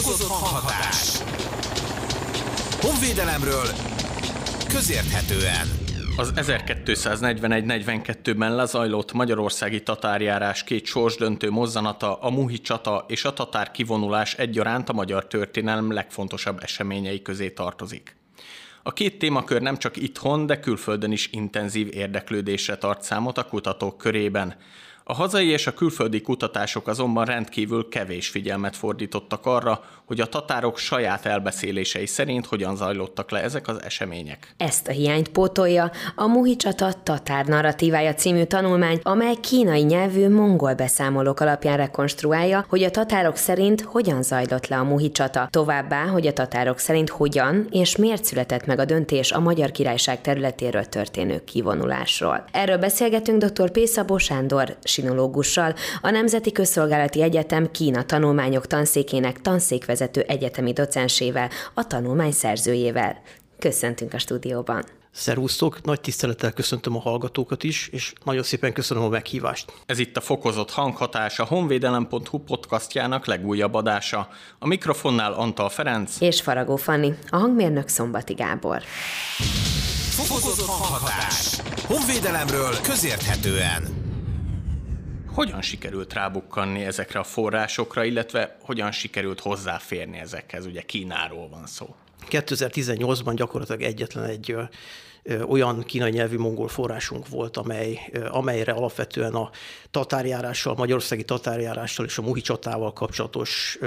Fokozott hanghatás. Honvédelemről közérthetően. Az 1241-42-ben lezajlott magyarországi tatárjárás két sorsdöntő mozzanata, a Muhi csata és a tatár kivonulás egyaránt a magyar történelem legfontosabb eseményei közé tartozik. A két témakör nem csak itthon, de külföldön is intenzív érdeklődésre tart számot a kutatók körében. A hazai és a külföldi kutatások azonban rendkívül kevés figyelmet fordítottak arra, hogy a tatárok saját elbeszélései szerint hogyan zajlottak le ezek az események. Ezt a hiányt pótolja a Muhi csata tatár narratívája című tanulmány, amely kínai nyelvű mongol beszámolók alapján rekonstruálja, hogy a tatárok szerint hogyan zajlott le a Muhi csata, továbbá, hogy a tatárok szerint hogyan és miért született meg a döntés a Magyar Királyság területéről történő kivonulásról. Erről beszélgetünk dr. P. Szabó Sándor sinológussal, a Nemzeti Közszolgálati Egyetem Kína tanulmányok tanszékének tanszékvezető egyetemi docensével, a tanulmány szerzőjével. Köszöntünk a stúdióban. Szervusztok, nagy tisztelettel köszöntöm a hallgatókat is, és nagyon szépen köszönöm a meghívást. Ez itt a Fokozott hanghatás, a honvédelem.hu podcastjának legújabb adása. A mikrofonnál Antal Ferenc és Faragó Fanni, a hangmérnök Szombati Gábor. Fokozott hanghatás. Honvédelemről közérthetően. Hogyan sikerült rábukkanni ezekre a forrásokra, illetve hogyan sikerült hozzáférni ezekhez? Ugye Kínáról van szó. 2018-ban gyakorlatilag egyetlen egy olyan kínai nyelvű mongol forrásunk volt, amelyre alapvetően a tatárjárással, magyarországi tatárjárással és a Muhi csatával kapcsolatos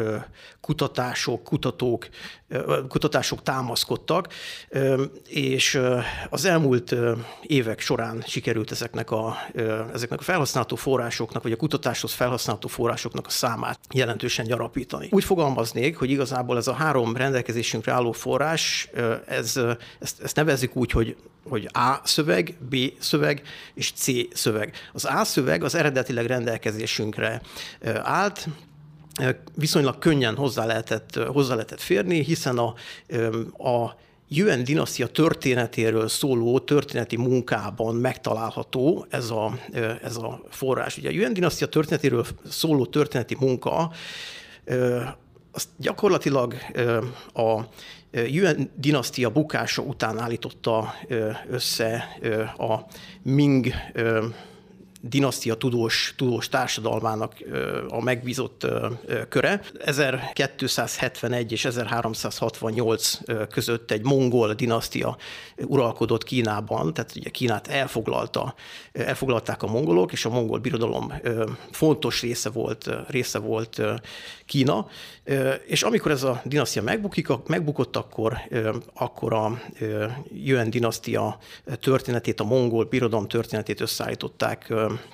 kutatások támaszkodtak, és az elmúlt évek során sikerült ezeknek a felhasználható forrásoknak, vagy a kutatáshoz felhasználható forrásoknak a számát jelentősen gyarapítani. Úgy fogalmaznék, hogy igazából ez a három rendelkezésünkre álló forrás, ezt nevezzük úgy, hogy A szöveg, B szöveg és C szöveg. Az A szöveg az eredetileg rendelkezésünkre állt, viszonylag könnyen hozzá lehetett férni, hiszen a Yuan dinasztia történetéről szóló történeti munkában megtalálható ez a forrás. Ugye a Yuan dinasztia történetéről szóló történeti munka, azt gyakorlatilag a Yuan dinasztia bukása után állította össze a Ming dinasztia tudós társadalmának a megbízott köre. 1271 és 1368 között egy mongol dinasztia uralkodott Kínában, tehát ugye Kínát elfoglalták a mongolok, és a mongol birodalom fontos része volt Kína. És amikor ez a dinasztia megbukott, akkor a Yuan dinasztia történetét, a mongol birodalom történetét összeállították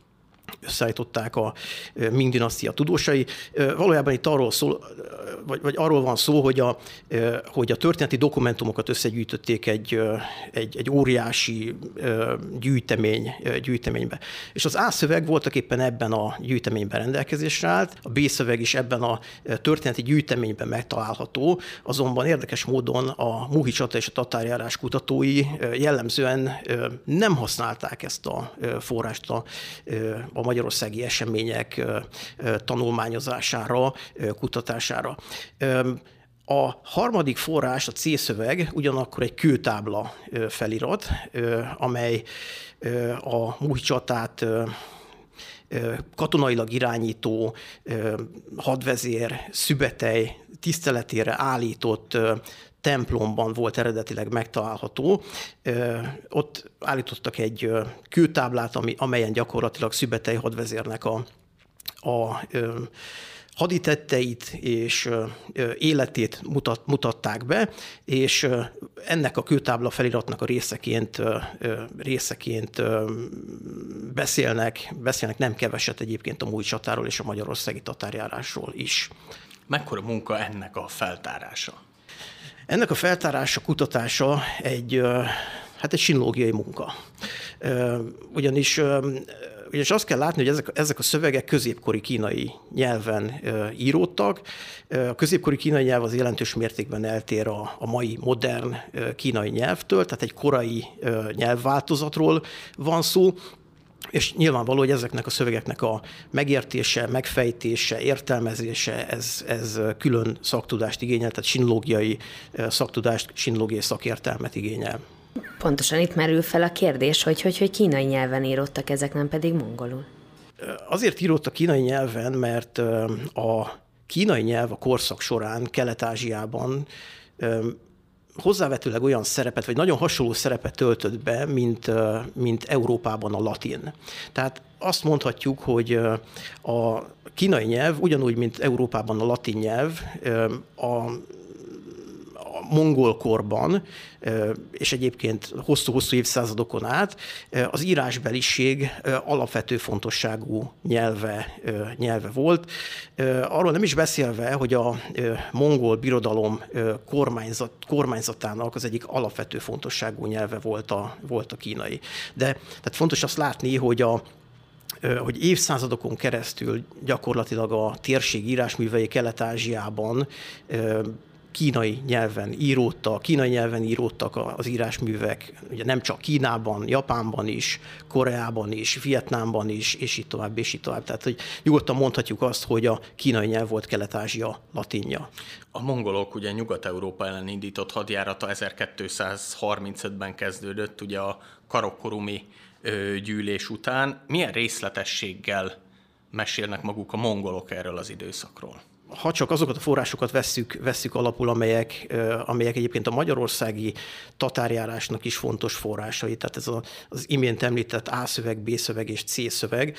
a Ming dinasztia tudósai. Valójában itt arról van szó, hogy a történeti dokumentumokat összegyűjtötték egy óriási gyűjteménybe. És az A szöveg voltak éppen ebben a gyűjteményben rendelkezésre állt, a B szöveg is ebben a történeti gyűjteményben megtalálható, azonban érdekes módon a Muhi csata és a tatárjárás kutatói jellemzően nem használták ezt a forrást a magyarországi események tanulmányozására, kutatására. A harmadik forrás, a C szöveg ugyanakkor egy kőtábla felirat, amely a Muhi csatát katonailag irányító hadvezér Szübetej tiszteletére állított templomban volt eredetileg megtalálható. Ott állítottak egy kőtáblát, amelyen gyakorlatilag Szübetej hadvezérnek a haditetteit és életét mutatták be, és ennek a kőtábla feliratnak a részeként beszélnek nem keveset egyébként a Muhi csatáról és a magyarországi tatárjárásról is. Mekkora munka ennek a feltárása? Ennek a feltárása, kutatása egy sinológiai munka. Ugyanis azt kell látni, hogy ezek a szövegek középkori kínai nyelven íródtak. A középkori kínai nyelv az jelentős mértékben eltér a mai modern kínai nyelvtől, tehát egy korai nyelvváltozatról van szó. És nyilvánvaló, hogy ezeknek a szövegeknek a megértése, megfejtése, értelmezése, ez külön szaktudást igényel, tehát sinológiai szaktudást, sinológiai szakértelmet igényel. Pontosan itt merül fel a kérdés, hogy kínai nyelven írottak ezek, nem pedig mongolul. Azért írottak kínai nyelven, mert a kínai nyelv a korszak során Kelet-Ázsiában hozzávetőleg olyan szerepet, vagy nagyon hasonló szerepet töltött be, mint Európában a latin. Tehát azt mondhatjuk, hogy a kínai nyelv, ugyanúgy, mint Európában a latin nyelv, a mongol korban, és egyébként hosszú-hosszú évszázadokon át az írásbeliség alapvető fontosságú nyelve volt. Arról nem is beszélve, hogy a mongol birodalom kormányzatának az egyik alapvető fontosságú nyelve volt a kínai. De tehát fontos azt látni, hogy évszázadokon keresztül gyakorlatilag a térség írásművei Kelet-Ázsiában kínai nyelven íródtak az írásművek, ugye nem csak Kínában, Japánban is, Koreában is, Vietnámban is, és így tovább, és így tovább. Tehát, hogy nyugodtan mondhatjuk azt, hogy a kínai nyelv volt Kelet-Ázsia latinja. A mongolok ugye Nyugat-Európa ellen indított hadjárata 1235-ben kezdődött, ugye a karakorumi gyűlés után. Milyen részletességgel mesélnek maguk a mongolok erről az időszakról? Ha csak azokat a forrásokat vesszük alapul, amelyek egyébként a magyarországi tatárjárásnak is fontos forrásai, tehát ez az imént említett A szöveg, B szöveg és C szöveg,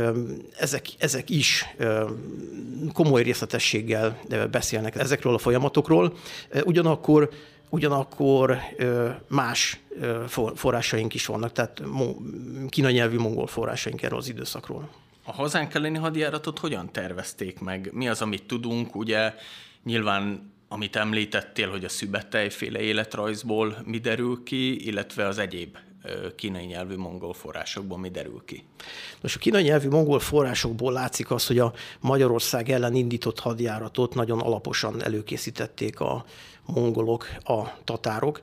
ezek is komoly részletességgel beszélnek ezekről a folyamatokról, ugyanakkor más forrásaink is vannak, tehát kínai nyelvű mongol forrásaink erről az időszakról. A hazánk elleni hadjáratot hogyan tervezték meg? Mi az, amit tudunk? Ugye nyilván, amit említettél, hogy a Szübetely-féle életrajzból mi derül ki, illetve az egyéb kínai nyelvű mongol forrásokból mi derül ki? Nos, a kínai nyelvű mongol forrásokból látszik az, hogy a Magyarország ellen indított hadjáratot nagyon alaposan előkészítették a mongolok, a tatárok.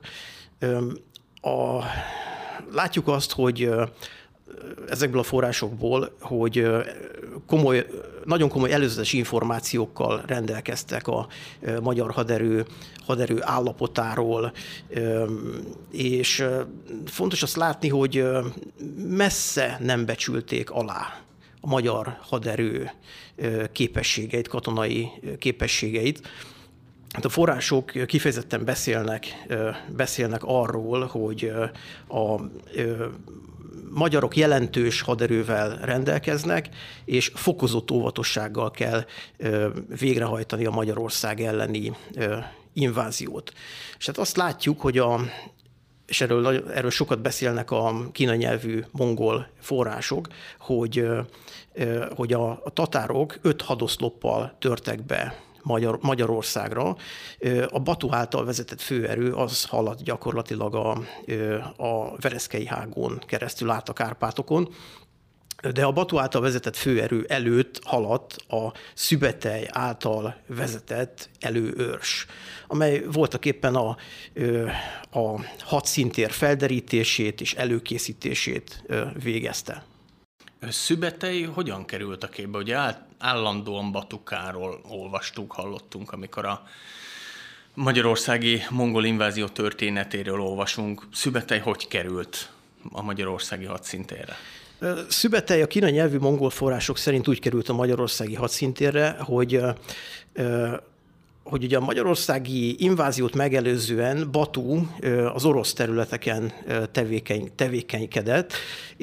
Látjuk azt, hogy ezekből a forrásokból, hogy nagyon komoly előzetes információkkal rendelkeztek a magyar haderő állapotáról, és fontos azt látni, hogy messze nem becsülték alá a magyar haderő képességeit, katonai képességeit. Hát a források kifejezetten beszélnek arról, hogy a magyarok jelentős haderővel rendelkeznek, és fokozott óvatossággal kell végrehajtani a Magyarország elleni inváziót. És hát azt látjuk, és erről sokat beszélnek a kínai nyelvű mongol források, hogy a tatárok 5 hadoszloppal törtek be Magyarországra. A Batu által vezetett főerő az haladt gyakorlatilag a Vereszkei hágón keresztül át a Kárpátokon, de a Batu által vezetett főerő előtt haladt a Szübetely által vezetett előőrs, amely voltaképpen a hadszintér felderítését és előkészítését végezte. Szübetely hogyan került a képbe? Ugye állandóan Batukáról olvastuk, hallottunk, amikor a magyarországi mongol invázió történetéről olvasunk. Szübetely hogy került a magyarországi hadszintérre? Szübetely a kínai nyelvű mongol források szerint úgy került a magyarországi hadszintérre, hogy ugye a magyarországi inváziót megelőzően Batu az orosz területeken tevékenykedett,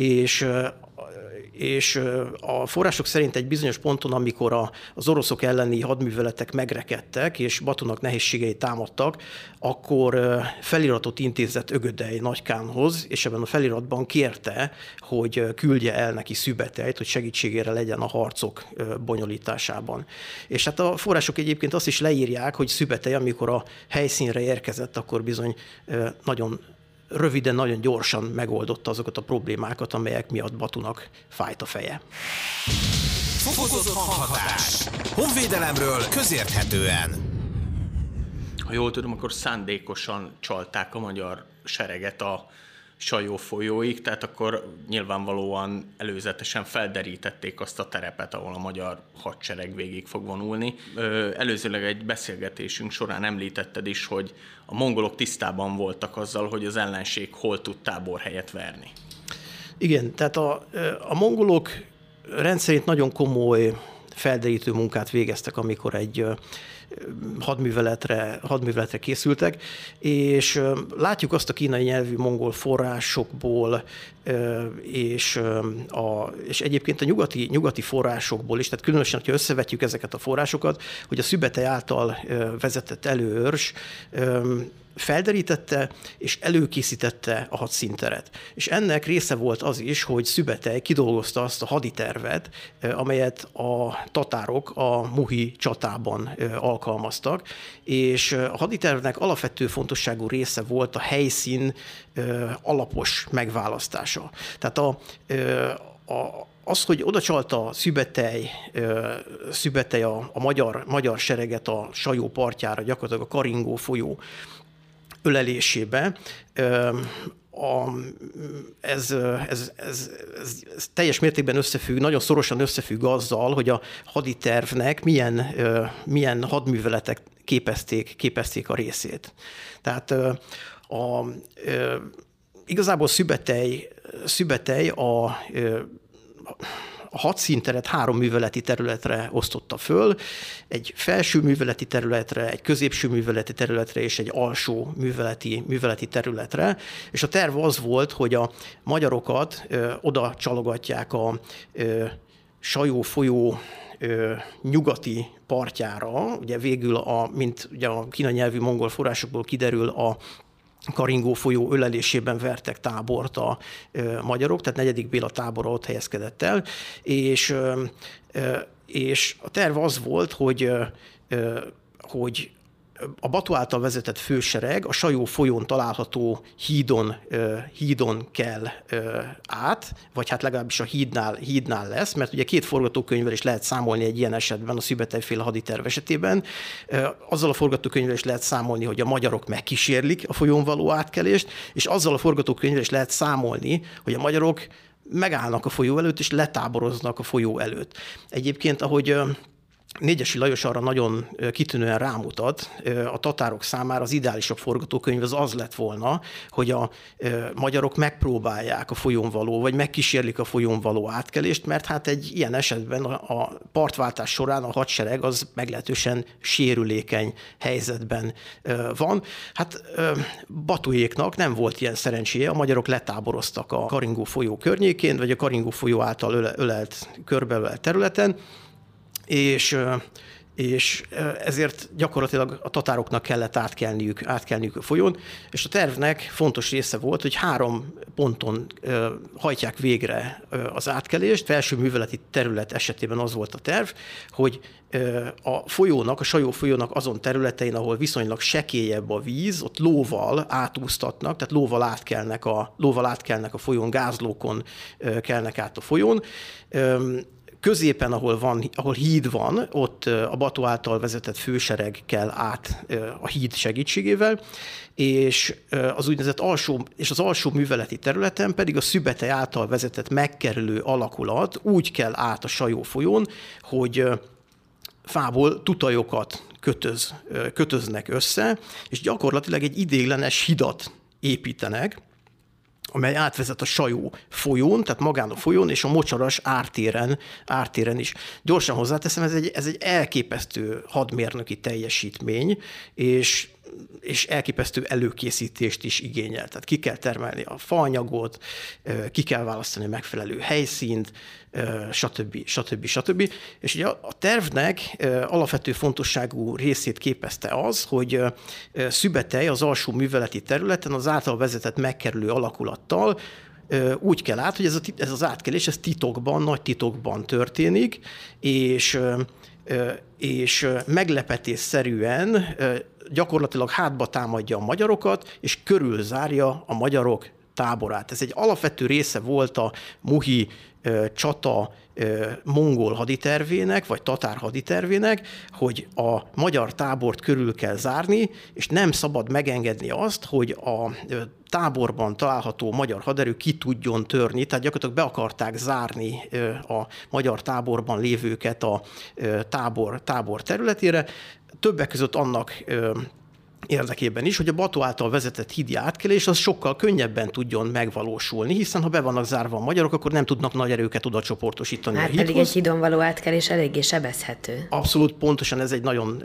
és a források szerint egy bizonyos ponton, amikor az oroszok elleni hadműveletek megrekedtek, és Batunak nehézségei támadtak, akkor feliratot intézett Ögödej nagykánhoz, és ebben a feliratban kérte, hogy küldje el neki Szübetelyt, hogy segítségére legyen a harcok bonyolításában. És hát a források egyébként azt is leírják, hogy Szübetely, amikor a helyszínre érkezett, akkor bizony nagyon röviden, nagyon gyorsan megoldotta azokat a problémákat, amelyek miatt Batunak fájt a feje. Fokozott hanghatás. Honvédelemről közérthetően. Ha jól tudom, akkor szándékosan csalták a magyar sereget a Sajó folyóig, tehát akkor nyilvánvalóan előzetesen felderítették azt a terepet, ahol a magyar hadsereg végig fog vonulni. Előzőleg egy beszélgetésünk során említetted is, hogy a mongolok tisztában voltak azzal, hogy az ellenség hol tud táborhelyet verni. Igen, tehát a mongolok rendszerint nagyon komoly felderítő munkát végeztek, amikor egy hadműveletre készültek, és látjuk azt a kínai nyelvű mongol forrásokból, és egyébként a nyugati forrásokból is, tehát különösen, ha összevetjük ezeket a forrásokat, hogy a Szübetej által vezetett előőrs felderítette és előkészítette a hadszínteret. És ennek része volt az is, hogy Szübetej kidolgozta azt a haditervet, amelyet a tatárok a Muhi csatában alkalmaztak, és a haditervnek alapvető fontosságú része volt a helyszín alapos megválasztása. Tehát az, hogy odacsalta Szübetej a magyar sereget a Sajó partjára, gyakorlatilag a Karingó folyó ölelésébe, ez teljes mértékben összefügg, nagyon szorosan összefügg azzal, hogy a haditervnek milyen hadműveletek képezték a részét. Tehát igazából Szübetej a hadszínteret 3 műveleti területre osztotta föl, egy felső műveleti területre, egy középső műveleti területre és egy alsó műveleti területre, és a terv az volt, hogy a magyarokat oda csalogatják a Sajó folyó nyugati partjára, ugye végül, mint ugye a kínai nyelvű mongol forrásokból kiderül, a Karingó folyó ölelésében vertek tábort a magyarok, tehát 4. Béla tábora ott helyezkedett el, és a terv az volt, hogy a Batu által vezetett fősereg a Sajó folyón található hídon kell át, vagy hát legalábbis a hídnál lesz, mert ugye 2 forgatókönyvvel is lehet számolni egy ilyen esetben, a Szübetejféle haditerv esetében. Azzal a forgatókönyvvel is lehet számolni, hogy a magyarok megkísérlik a folyón való átkelést, és azzal a forgatókönyvvel is lehet számolni, hogy a magyarok megállnak a folyó előtt, és letáboroznak a folyó előtt. Egyébként, ahogy Négyesi Lajos arra nagyon kitűnően rámutat, a tatárok számára az ideálisabb forgatókönyv az lett volna, hogy a magyarok megpróbálják a folyón való, vagy megkísérlik a folyón való átkelést, mert hát egy ilyen esetben a partváltás során a hadsereg az meglehetősen sérülékeny helyzetben van. Hát Batuéknak nem volt ilyen szerencséje, a magyarok letáboroztak a Karingó folyó környékén, vagy a Karingó folyó által körbeölelt területen, és ezért gyakorlatilag a tatároknak kellett átkelniük a folyón, és a tervnek fontos része volt, hogy 3 ponton hajtják végre az átkelést. Felső műveleti terület esetében az volt a terv, hogy a Sajó folyónak azon területein, ahol viszonylag sekélyebb a víz, ott lóval átúsztatnak, tehát lóval átkelnek a folyón, gázlókon kelnek át a folyón. Középen, ahol híd van, ott a Batu által vezetett fősereg kell át a híd segítségével, és az úgynevezett alsó műveleti területen pedig a Szübetej által vezetett megkerülő alakulat úgy kell át a Sajó folyón, hogy fából tutajokat kötöznek össze, és gyakorlatilag egy ideiglenes hidat építenek, amely átvezet a Sajó folyón, tehát magán a folyón, és a Mocsaras ártéren is. Gyorsan hozzáteszem, ez egy elképesztő hadmérnöki teljesítmény, és elképesztő előkészítést is igényel. Tehát ki kell termelni a faanyagot, ki kell választani a megfelelő helyszínt, stb. És ugye a tervnek alapvető fontosságú részét képezte az, hogy Szübetej az alsó műveleti területen az által vezetett megkerülő alakulattal úgy kell át, hogy ez az átkelés ez nagy titokban történik, és meglepetésszerűen gyakorlatilag hátba támadja a magyarokat, és körülzárja a magyarok táborát. Ez egy alapvető része volt a muhi csata mongol haditervének, vagy tatár haditervének, hogy a magyar tábort körül kell zárni, és nem szabad megengedni azt, hogy a táborban található magyar haderő ki tudjon törni, tehát gyakorlatilag be akarták zárni a magyar táborban lévőket a tábor területére. Többek között annak érdekében is, hogy a Batu által vezetett hídi átkelés az sokkal könnyebben tudjon megvalósulni, hiszen ha be vannak zárva a magyarok, akkor nem tudnak nagy erőket oda csoportosítani a hídhoz. Pedig egy hídon való átkelés eléggé sebezhető. Abszolút pontosan, ez egy nagyon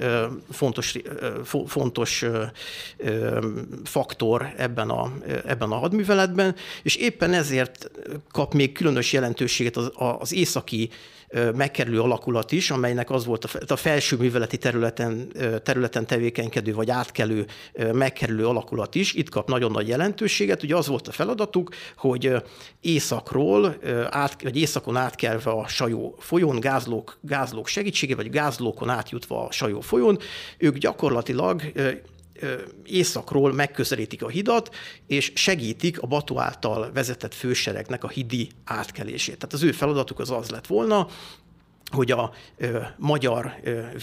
fontos faktor ebben a hadműveletben, és éppen ezért kap még különös jelentőséget az északi megkerülő alakulat is, amelynek az volt a felső műveleti területen tevékenykedő vagy átkelő megkerülő alakulat is. Itt kap nagyon nagy jelentőséget. Ugye az volt a feladatuk, hogy északról, vagy északon átkelve a Sajó folyón, gázlók segítségével, vagy gázlókon átjutva a Sajó folyón, ők gyakorlatilag északról megközelítik a hidat, és segítik a Batu által vezetett főseregnek a hidi átkelését. Tehát az ő feladatuk az lett volna, hogy a magyar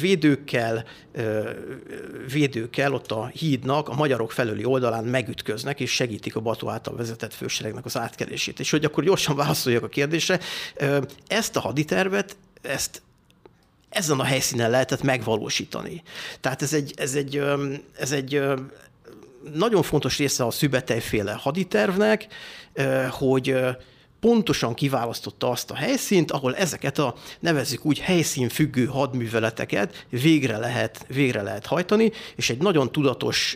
védőkkel ott a hídnak a magyarok felőli oldalán megütköznek, és segítik a Batu által vezetett főseregnek az átkelését. És hogy akkor gyorsan válaszoljak a kérdésre, ezt a haditervet, ezen a helyszínen lehetett megvalósítani. Tehát ez egy nagyon fontos része a Szübetely-féle haditervnek, hogy pontosan kiválasztotta azt a helyszínt, ahol ezeket a, nevezzük úgy, helyszínfüggő hadműveleteket végre lehet hajtani, és egy nagyon tudatos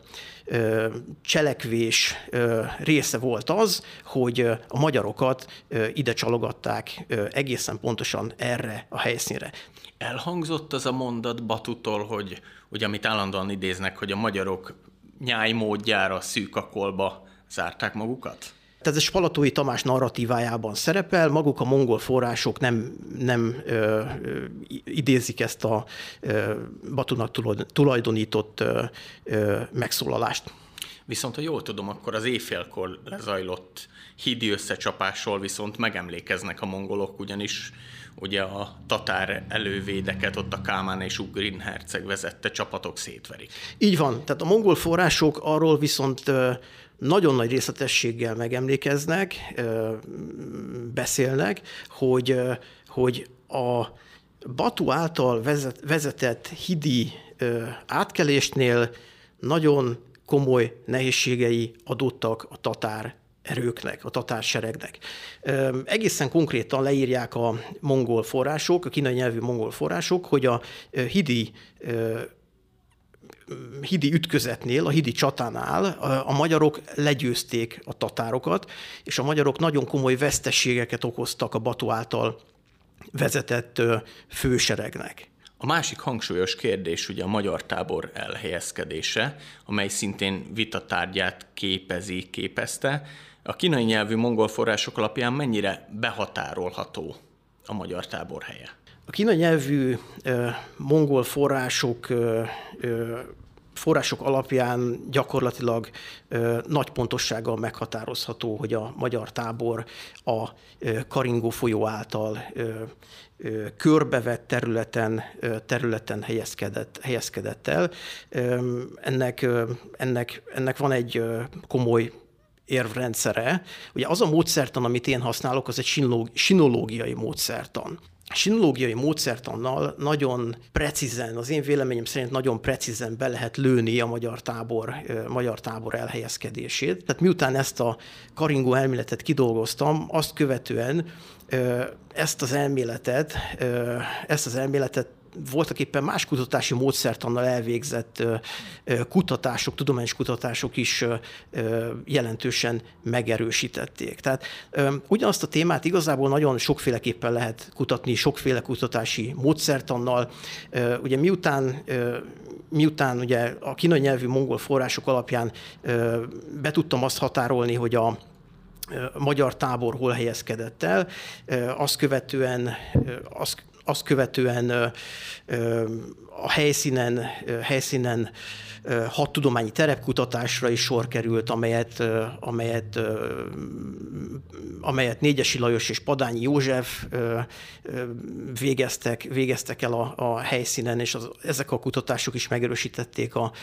cselekvés része volt az, hogy a magyarokat ide csalogatták egészen pontosan erre a helyszínre. Elhangzott az a mondat Batutól, hogy ugye, amit állandóan idéznek, hogy a magyarok nyájmódjára szűk akolba zárták magukat? Tehát ez Spalatói Tamás narratívájában szerepel, maguk a mongol források nem idézik ezt a Batunak tulajdonított megszólalást. Viszont, ha jól tudom, akkor az éjfélkor lezajlott hídi összecsapásról viszont megemlékeznek a mongolok, ugyanis ugye a tatár elővédeket ott a Kálmán és Ugrin herceg vezette csapatok szétverik. Így van, tehát a mongol források arról viszont nagyon nagy részletességgel megemlékeznek, beszélnek, hogy a Batu által vezetett hídi átkelésnél nagyon komoly nehézségei adottak a tatár erőknek, a tatár seregnek. Egészen konkrétan leírják a mongol források, a kínai nyelvű mongol források, hogy a hídi ütközetnél, a hídi csatánál a magyarok legyőzték a tatárokat, és a magyarok nagyon komoly veszteségeket okoztak a Batu által vezetett főseregnek. A másik hangsúlyos kérdés ugye a magyar tábor elhelyezkedése, amely szintén vitatárgyát képezte. A kínai nyelvű mongol források alapján mennyire behatárolható a magyar tábor helye? A kínai nyelvű mongol források alapján gyakorlatilag nagy pontossággal meghatározható, hogy a magyar tábor a Karingó folyó által körbevett területen helyezkedett el. Ennek van egy komoly érvrendszere. Ugye az a módszertan, amit én használok, az egy sinológiai módszertan. A sinológiai módszertannal nagyon precízen, az én véleményem szerint nagyon precízen be lehet lőni a magyar tábor elhelyezkedését. Tehát miután ezt a Karingó elméletet kidolgoztam, azt követően ezt az elméletet voltaképpen más kutatási módszertannal elvégzett kutatások, tudományos kutatások is jelentősen megerősítették. Tehát ugyanazt a témát igazából nagyon sokféleképpen lehet kutatni, sokféle kutatási módszertannal. Ugye miután ugye a kínai nyelvű mongol források alapján be tudtam azt határolni, hogy a magyar tábor hol helyezkedett el, azt azt követően a helyszínen 6 tudományi terepkutatásra is sor került, amelyet Négyesi Lajos és Padányi József végeztek el a helyszínen, és ezek a kutatások is megerősítették a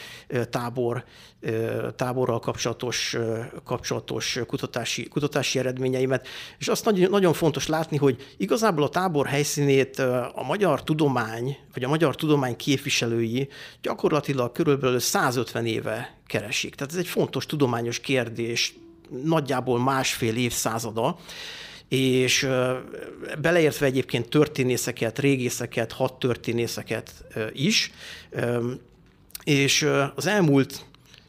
táborral kapcsolatos kutatási eredményeimet. És azt nagyon fontos látni, hogy igazából a tábor helyszínét a magyar tudomány, vagy a magyar tudomány képviselői gyakorlatilag körülbelül 150 éve keresik. Tehát ez egy fontos tudományos kérdés, nagyjából másfél évszázada, és beleértve egyébként történészeket, régészeket, hadtörténészeket is, és az elmúlt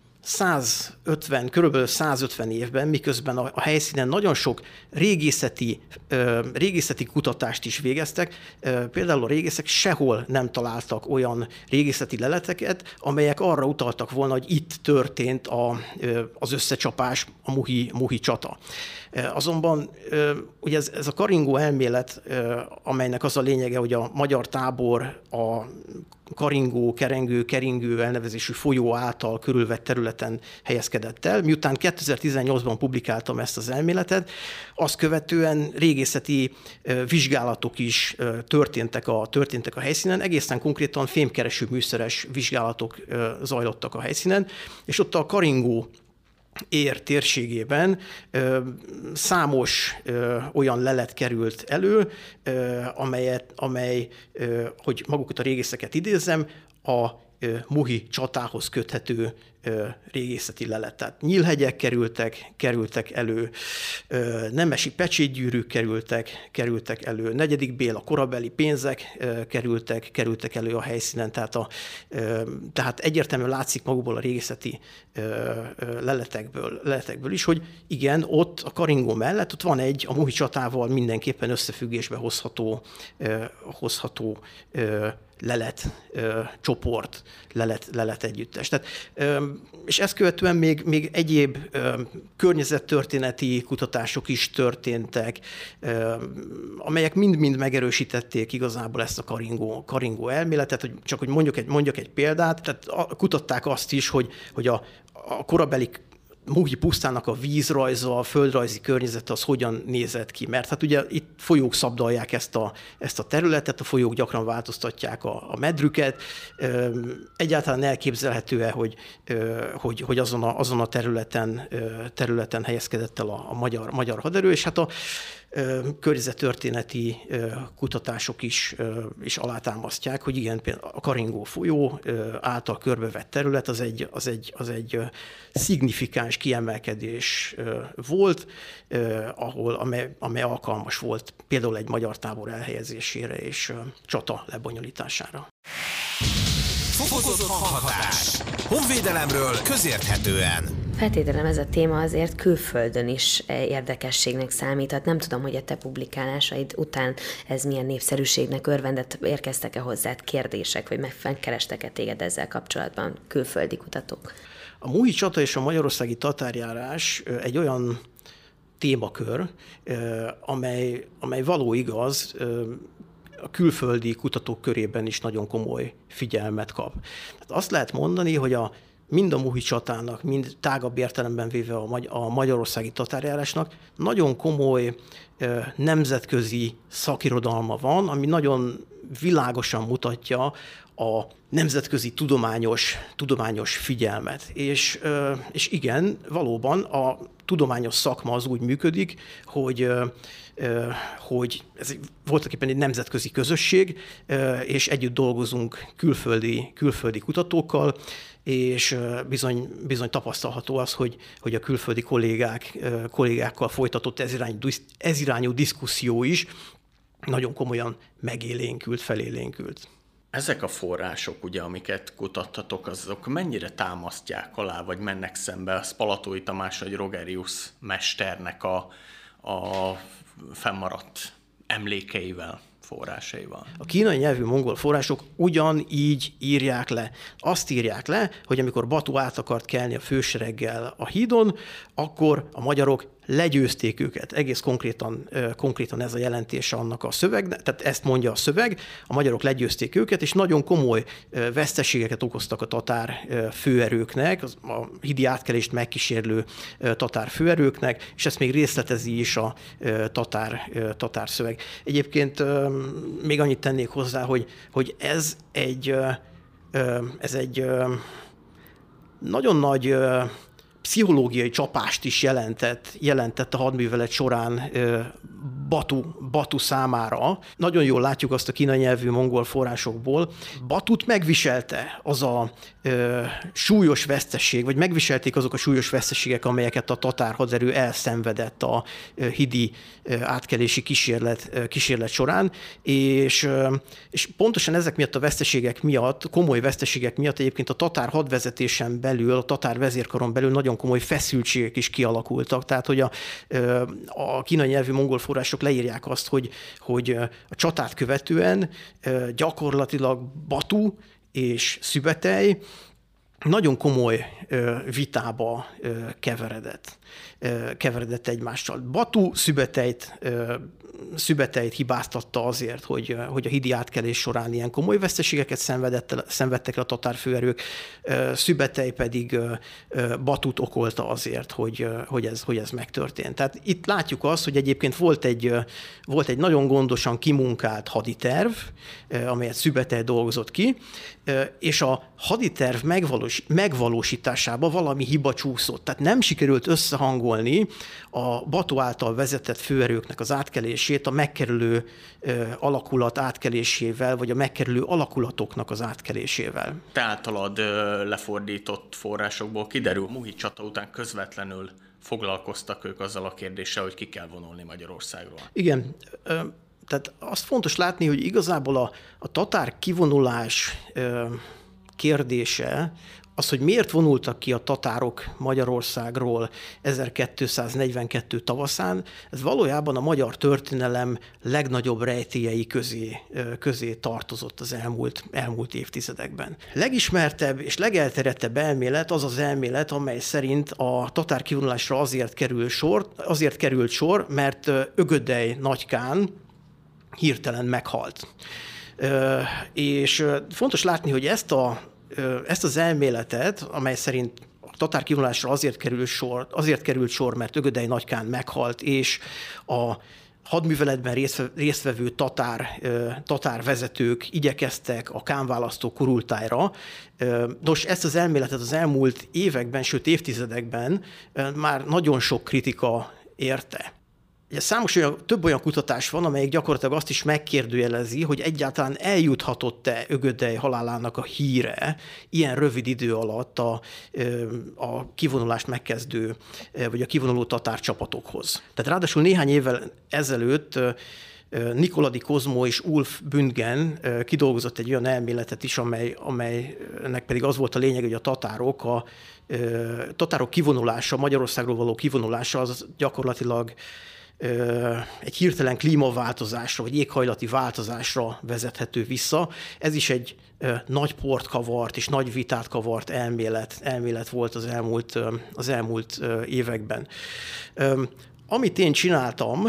körülbelül 150 évben, miközben a helyszínen nagyon sok régészeti kutatást is végeztek, például a régészek sehol nem találtak olyan régészeti leleteket, amelyek arra utaltak volna, hogy itt történt az összecsapás, a muhi csata. Azonban ugye ez a karingó elmélet, amelynek az a lényege, hogy a magyar tábor a karingó, keringő elnevezésű folyó által körülvett területen helyezkedett el. Miután 2018-ban publikáltam ezt az elméletet, azt követően régészeti vizsgálatok is történtek a helyszínen, egészen konkrétan fémkereső műszeres vizsgálatok zajlottak a helyszínen, és ott a karingó ér térségében számos olyan lelet került elő, amely, hogy magukat a régészeket idézzem, a muhi csatához köthető régészeti lelet. Tehát nyílhegyek kerültek elő, nemesi pecsétgyűrűk kerültek elő, 4. Béla korabeli pénzek kerültek elő a helyszínen, tehát egyértelműen látszik magukból a régészeti leletekből is, hogy igen, ott a karingó mellett ott van egy a muhi csatával mindenképpen összefüggésbe hozható csoport, lelet együttes. Tehát, és ezt követően még egyéb környezettörténeti kutatások is történtek, amelyek mind-mind megerősítették igazából ezt a karingó elméletet, hogy csak hogy mondjak egy példát, tehát kutatták azt is, hogy a korabeli muhi pusztának a vízrajza, a földrajzi környezete az hogyan nézett ki. Mert hát ugye itt folyók szabdalják ezt a területet, a folyók gyakran változtatják a medrüket. Egyáltalán elképzelhető-e, hogy azon a területen helyezkedett el a magyar haderő, és hát a környezettörténeti kutatások is alátámasztják, hogy igen, a Karingó folyó által körbevett terület az egy szignifikáns kiemelkedés volt, amely alkalmas volt például egy magyar tábor elhelyezésére és csata lebonyolítására. Fokozott hanghatás. Honvédelemről közérthetően. Feltételem ez a téma azért külföldön is érdekességnek számíthat. Nem tudom, hogy a te publikálásaid után ez milyen népszerűségnek örvendett, érkeztek-e hozzád kérdések, vagy megkerestek-e téged ezzel kapcsolatban külföldi kutatók? A muhi csata és a magyarországi tatárjárás egy olyan témakör, amely való igaz, a külföldi kutatók körében is nagyon komoly figyelmet kap. Tehát azt lehet mondani, hogy mind a muhi csatának, mind tágabb értelemben véve a magyarországi tatárjárásnak nagyon komoly nemzetközi szakirodalma van, ami nagyon világosan mutatja a nemzetközi tudományos figyelmet. És igen, valóban a tudományos szakma az úgy működik, hogy ez voltaképpen egy nemzetközi közösség, és együtt dolgozunk külföldi kutatókkal, és bizony tapasztalható az, hogy a külföldi kollégákkal folytatott ez irányú diszkuszió is nagyon komolyan felélénkült. Ezek a források, ugye, amiket kutattatok, azok mennyire támasztják alá, vagy mennek szembe a Spalatói Tamás vagy Rogerius mesternek a fennmaradt emlékeivel, forrásaival? A kínai nyelvű mongol források ugyanígy írják le. Azt írják le, hogy amikor Batu át akart kelni a fősereggel a hídon, akkor a magyarok legyőzték őket. Egész konkrétan ez a jelentése annak a szövegnek, tehát ezt mondja a szöveg, a magyarok legyőzték őket, és nagyon komoly veszteségeket okoztak a tatár főerőknek, a hidi átkelést megkísérlő tatár főerőknek, és ezt még részletezi is a tatár szöveg. Egyébként még annyit tennék hozzá, hogy ez egy nagyon nagy pszichológiai csapást is jelentett a hadművelet során Batu számára. Nagyon jól látjuk azt a kínai nyelvű mongol forrásokból. Batut megviselte az a súlyos veszteség, vagy megviselték azok a súlyos veszteségek, amelyeket a tatár haderő elszenvedett a hidi átkelési kísérlet során, és pontosan ezek miatt a veszteségek miatt, komoly veszteségek miatt egyébként a tatár hadvezetésen belül, a tatár vezérkaron belül nagyon komoly feszültségek is kialakultak. Tehát, hogy a kínai nyelvű mongol források leírják azt, hogy a csatát követően gyakorlatilag Batu és Szübetely nagyon komoly vitába keveredett egymással. Batu Szübetelyt hibáztatta azért, hogy a hidi átkelés során ilyen komoly veszteségeket szenvedtek el a tatár főerők, Szübetely pedig Batut okolta azért, hogy ez megtörtént. Tehát itt látjuk azt, hogy egyébként volt egy nagyon gondosan kimunkált haditerv, amelyet Szübetely dolgozott ki, és a haditerv megvalósításába valami hiba csúszott. Tehát nem sikerült összehangolni a Batu által vezetett főerőknek az átkelését a megkerülő alakulat átkelésével, vagy a megkerülő alakulatoknak az átkelésével. Te általad lefordított forrásokból kiderül, Muhit csata után közvetlenül foglalkoztak ők azzal a kérdéssel, hogy ki kell vonulni Magyarországról. Igen, tehát azt fontos látni, hogy igazából a tatár kivonulás kérdése, az, hogy miért vonultak ki a tatárok Magyarországról 1242 tavaszán, ez valójában a magyar történelem legnagyobb rejtélyei közé tartozott az elmúlt évtizedekben. Legismertebb és legelterjedtebb elmélet az az elmélet, amely szerint a tatár kivonulásra azért került sor, mert Ögödej nagykán hirtelen meghalt. És fontos látni, hogy ezt az elméletet, amely szerint a tatár kivonulásra azért került sor, mert Ögödej nagykán meghalt, és a hadműveletben résztvevő tatár vezetők igyekeztek a kánválasztó kurultájra. Nos, ezt az elméletet az elmúlt években, sőt évtizedekben már nagyon sok kritika érte. Több olyan kutatás van, amelyik gyakorlatilag azt is megkérdőjelezi, hogy egyáltalán eljuthatott-e Ögödej halálának a híre ilyen rövid idő alatt a kivonulást megkezdő, vagy a kivonuló tatár csapatokhoz. Tehát ráadásul néhány évvel ezelőtt Nikoladi Kozmo és Ulf Bündgen kidolgozott egy olyan elméletet is, amelynek pedig az volt a lényeg, hogy a tatárok kivonulása, Magyarországról való kivonulása az gyakorlatilag egy hirtelen klímaváltozásra, vagy éghajlati változásra vezethető vissza. Ez is egy nagy port kavart és nagy vitát kavart elmélet volt az elmúlt években. Amit én csináltam,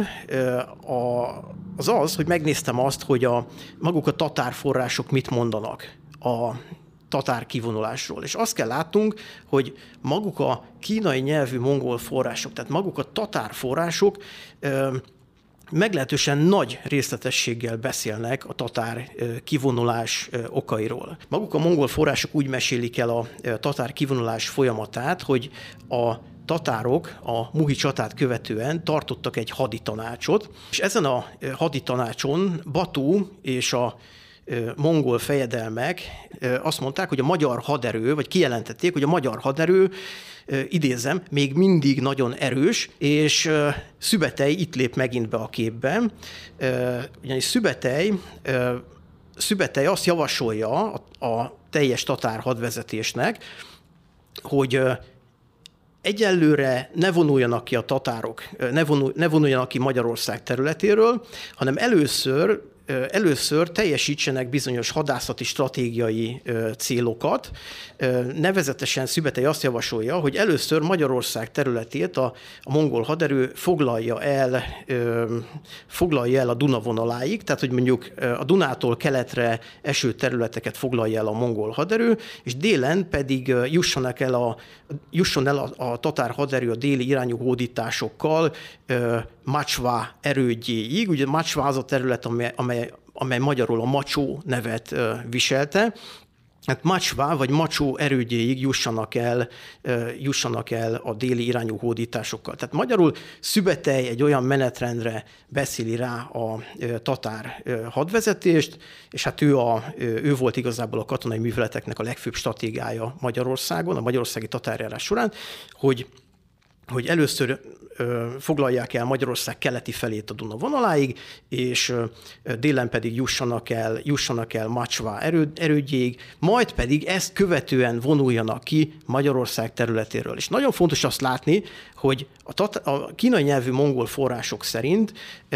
az, hogy megnéztem azt, hogy maguk a tatár források mit mondanak a tatár kivonulásról. És azt kell látnunk, hogy maguk a kínai nyelvű mongol források, tehát maguk a tatár források meglehetősen nagy részletességgel beszélnek a tatár kivonulás okairól. Maguk a mongol források úgy mesélik el a tatár kivonulás folyamatát, hogy a tatárok a Muhit csatát követően tartottak egy haditanácsot, és ezen a haditanácson Batu és a mongol fejedelmek azt mondták, hogy a magyar haderő, vagy kijelentették, hogy a magyar haderő, idézem, még mindig nagyon erős, és Szübetely itt lép megint be a képbe, ugyanis Szübetely azt javasolja a teljes tatár hadvezetésnek, hogy egyelőre ne vonuljanak ki a tatárok, ne vonuljanak ki Magyarország területéről, hanem először először teljesítsenek bizonyos hadászati stratégiai célokat. Nevezetesen Szübetely azt javasolja, hogy először Magyarország területét a mongol haderő foglalja el a Duna vonaláig, tehát hogy mondjuk a Dunától keletre eső területeket foglalja el a mongol haderő, és délen pedig jusson el a tatár haderő a déli irányú hódításokkal Macsva erődjéig. Ugye Macsva az a terület, amely magyarul a Macsó nevet viselte. Hát Macsva vagy Macsó erődjéig jussanak el a déli irányú hódításokkal. Tehát magyarul Szübetely egy olyan menetrendre beszéli rá a tatár hadvezetést, és hát ő volt igazából a katonai műveleteknek a legfőbb stratégiája Magyarországon, a magyarországi tatárjárás során, hogy először foglalják el Magyarország keleti felét a Duna vonaláig, és délen pedig jussanak el Macsva erődjéig, majd pedig ezt követően vonuljanak ki Magyarország területéről. És nagyon fontos azt látni, hogy a kínai nyelvű mongol források szerint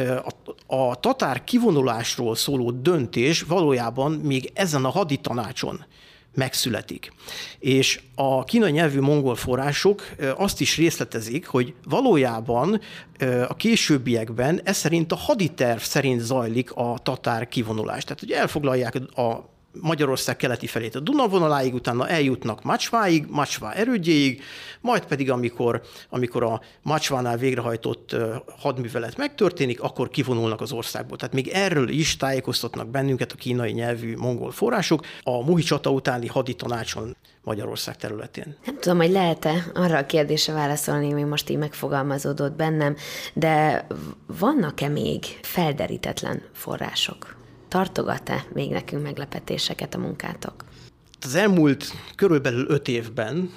a tatár kivonulásról szóló döntés valójában még ezen a haditanácson megszületik. És a kínai nyelvű mongol források azt is részletezik, hogy valójában a későbbiekben ez szerint a haditerv szerint zajlik a tatár kivonulás. Tehát, hogy elfoglalják a Magyarország keleti felét a Duna vonaláig, utána eljutnak Macsváig, Macsva erődjéig, majd pedig amikor a Macsvánál végrehajtott hadművelet megtörténik, akkor kivonulnak az országból. Tehát még erről is tájékoztatnak bennünket a kínai nyelvű mongol források a Muhi csata utáni haditanácson Magyarország területén. Nem tudom, hogy lehet-e arra a kérdésre válaszolni, ami most így megfogalmazódott bennem, de vannak-e még felderítetlen források? Tartogat-e még nekünk meglepetéseket a munkátok? Az elmúlt körülbelül 5 évben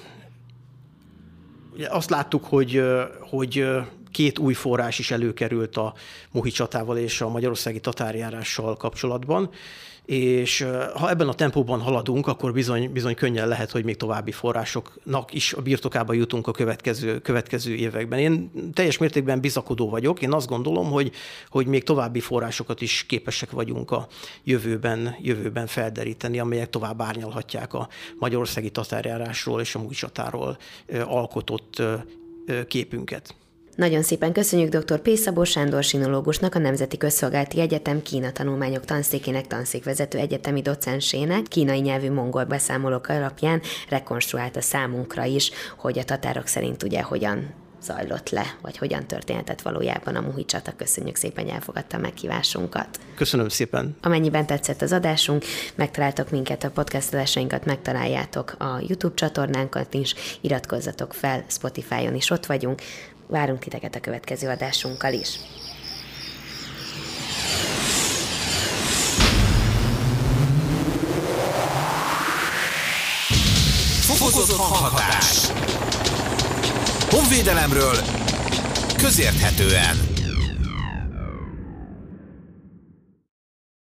ugye azt láttuk, hogy 2 új forrás is előkerült a Muhi csatával és a magyarországi tatárjárással kapcsolatban, és ha ebben a tempóban haladunk, akkor bizony könnyen lehet, hogy még további forrásoknak is a birtokába jutunk a következő években. Én teljes mértékben bizakodó vagyok. Én azt gondolom, hogy még további forrásokat is képesek vagyunk a jövőben felderíteni, amelyek tovább árnyalhatják a magyarországi tatárjárásról és a Muhi csatáról alkotott képünket. Nagyon szépen köszönjük dr. P. Szabó Sándor sinológusnak, a Nemzeti Közszolgálati Egyetem Kína tanulmányok tanszékének tanszékvezető egyetemi docensének kínai nyelvű mongol beszámolók alapján rekonstruálta számunkra is, hogy a tatárok szerint ugye hogyan zajlott le, vagy hogyan történhetett valójában a Muhi csata. Köszönjük szépen, hogy elfogadta a meghívásunkat. Köszönöm szépen. Amennyiben tetszett az adásunk, megtaláltok minket, a podcast adásainkat megtaláljátok a YouTube csatornánkat is, iratkozzatok fel, Spotify-on is ott vagyunk. Várunk titeket a következő adásunkkal is. Fokozott hanghatás. Honvédelemről közérthetően.